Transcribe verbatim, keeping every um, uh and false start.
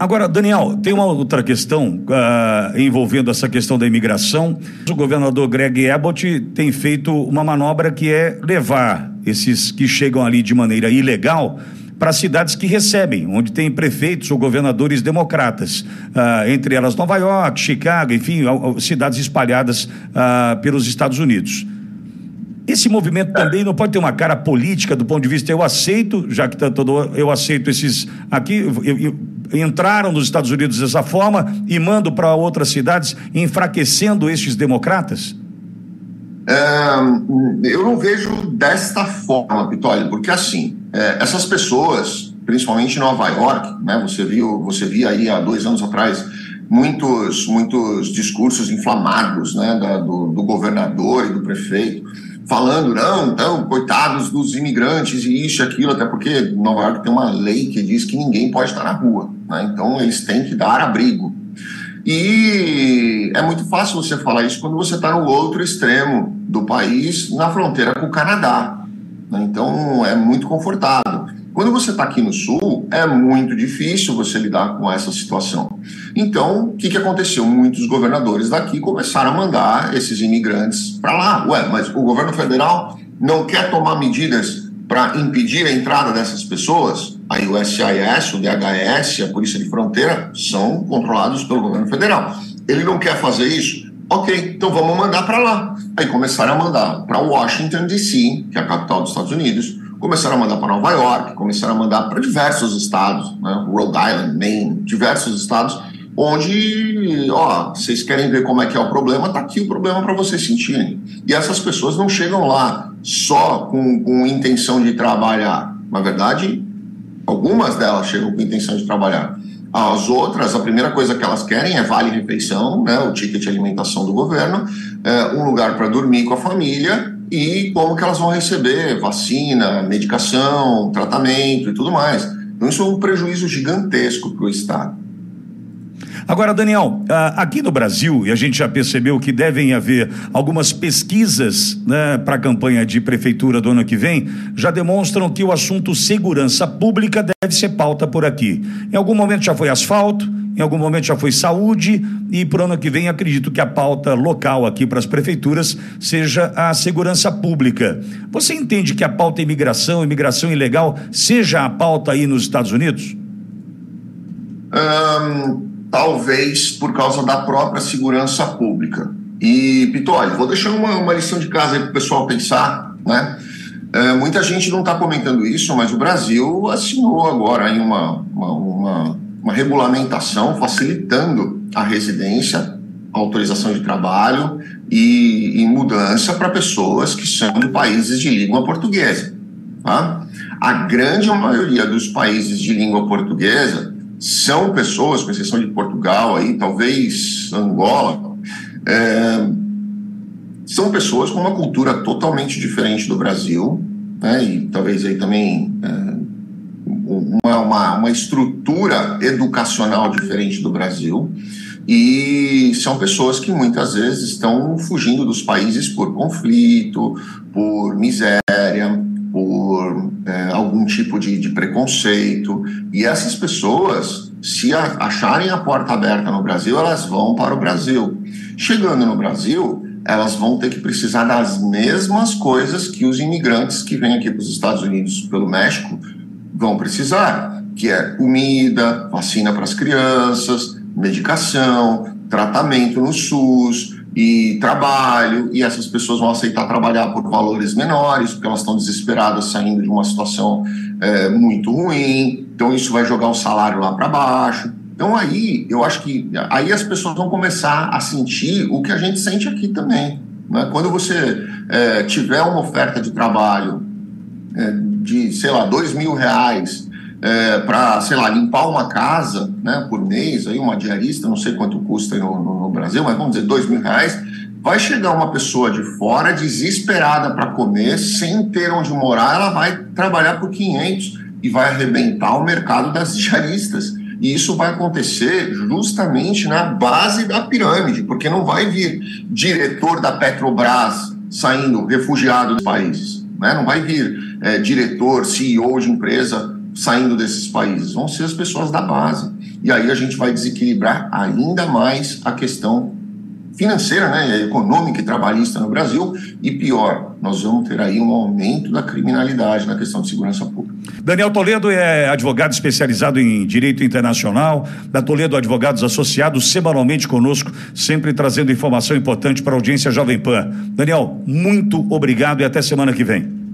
Agora, Daniel, tem uma outra questão uh, envolvendo essa questão da imigração. O governador Greg Abbott tem feito uma manobra que é levar esses que chegam ali de maneira ilegal para cidades que recebem, onde tem prefeitos ou governadores democratas, uh, entre elas Nova York, Chicago, enfim, cidades espalhadas uh, pelos Estados Unidos. Esse movimento também não pode ter uma cara política do ponto de vista, eu aceito, já que tá todo, eu aceito esses aqui, eu, eu, entraram nos Estados Unidos dessa forma e mando para outras cidades, enfraquecendo estes democratas? É, eu não vejo desta forma, Pitoli, porque assim, é, essas pessoas, principalmente em Nova York, né, você viu, você via aí há dois anos atrás muitos, muitos discursos inflamados, né, da, do, do governador e do prefeito, falando, não, então, coitados dos imigrantes e isso e aquilo, até porque Nova York tem uma lei que diz que ninguém pode estar na rua, né, então eles têm que dar abrigo. E é muito fácil você falar isso quando você está no outro extremo do país, na fronteira com o Canadá, né? Então é muito confortável. Quando você está aqui no sul, é muito difícil você lidar com essa situação. Então, o que, que aconteceu? Muitos governadores daqui começaram a mandar esses imigrantes para lá. Ué, mas o governo federal não quer tomar medidas para impedir a entrada dessas pessoas? Aí o S I S, o D H S, a Polícia de Fronteira são controlados pelo governo federal. Ele não quer fazer isso? Ok, então vamos mandar para lá. Aí começaram a mandar para Washington, D C, que é a capital dos Estados Unidos, começaram a mandar para Nova York, começaram a mandar para diversos estados, né? Rhode Island, Maine, diversos estados, onde, ó, vocês querem ver como é que é o problema, tá aqui o problema para vocês sentirem. E essas pessoas não chegam lá só com, com intenção de trabalhar. Na verdade, algumas delas chegam com intenção de trabalhar. As outras, a primeira coisa que elas querem é vale-refeição, né, o ticket de alimentação do governo, é, um lugar para dormir com a família e como que elas vão receber vacina, medicação, tratamento e tudo mais. Então isso é um prejuízo gigantesco para o Estado. Agora, Daniel, aqui no Brasil, e a gente já percebeu que devem haver algumas pesquisas, né, para a campanha de prefeitura do ano que vem, já demonstram que o assunto segurança pública deve ser pauta por aqui. Em algum momento já foi asfalto, em algum momento já foi saúde, e para o ano que vem acredito que a pauta local aqui para as prefeituras seja a segurança pública. Você entende que a pauta imigração, imigração ilegal, seja a pauta aí nos Estados Unidos? Um... Talvez por causa da própria segurança pública. E, Pitoli, vou deixar uma, uma lição de casa aí para o pessoal pensar, né? É, muita gente não está comentando isso, mas o Brasil assinou agora aí uma, uma, uma, uma regulamentação facilitando a residência, a autorização de trabalho e, e mudança para pessoas que são de países de língua portuguesa, tá? A grande maioria dos países de língua portuguesa são pessoas, com exceção de Portugal, aí, talvez Angola, é, são pessoas com uma cultura totalmente diferente do Brasil, né, e talvez aí também é, uma, uma, uma estrutura educacional diferente do Brasil, e são pessoas que muitas vezes estão fugindo dos países por conflito, por miséria, por é, algum tipo de, de preconceito, e essas pessoas, se a, acharem a porta aberta no Brasil, elas vão para o Brasil. Chegando no Brasil, elas vão ter que precisar das mesmas coisas que os imigrantes que vêm aqui para os Estados Unidos pelo México vão precisar, que é comida, vacina para as crianças, medicação, tratamento no SUS, e trabalho, e essas pessoas vão aceitar trabalhar por valores menores, porque elas estão desesperadas saindo de uma situação é, muito ruim, então isso vai jogar o salário lá para baixo. Então aí, eu acho que aí as pessoas vão começar a sentir o que a gente sente aqui também, né? Quando você é, tiver uma oferta de trabalho é, de, sei lá, dois mil reais, É, para, sei lá, limpar uma casa, né, por mês, aí uma diarista, não sei quanto custa no, no, no Brasil, mas vamos dizer, dois mil reais, vai chegar uma pessoa de fora desesperada para comer, sem ter onde morar, ela vai trabalhar por quinhentos e vai arrebentar o mercado das diaristas. E isso vai acontecer justamente na base da pirâmide, porque não vai vir diretor da Petrobras saindo refugiado dos países, né? Não vai vir é, diretor, C E O de empresa saindo desses países, vão ser as pessoas da base. e aí a gente vai desequilibrar ainda mais a questão financeira, né, econômica e trabalhista no Brasil, e pior, nós vamos ter aí um aumento da criminalidade na questão de segurança pública. Daniel Toledo é advogado especializado em direito internacional, da Toledo Advogados Associados, semanalmente conosco, sempre trazendo informação importante para a audiência Jovem Pan. Daniel, muito obrigado e até semana que vem.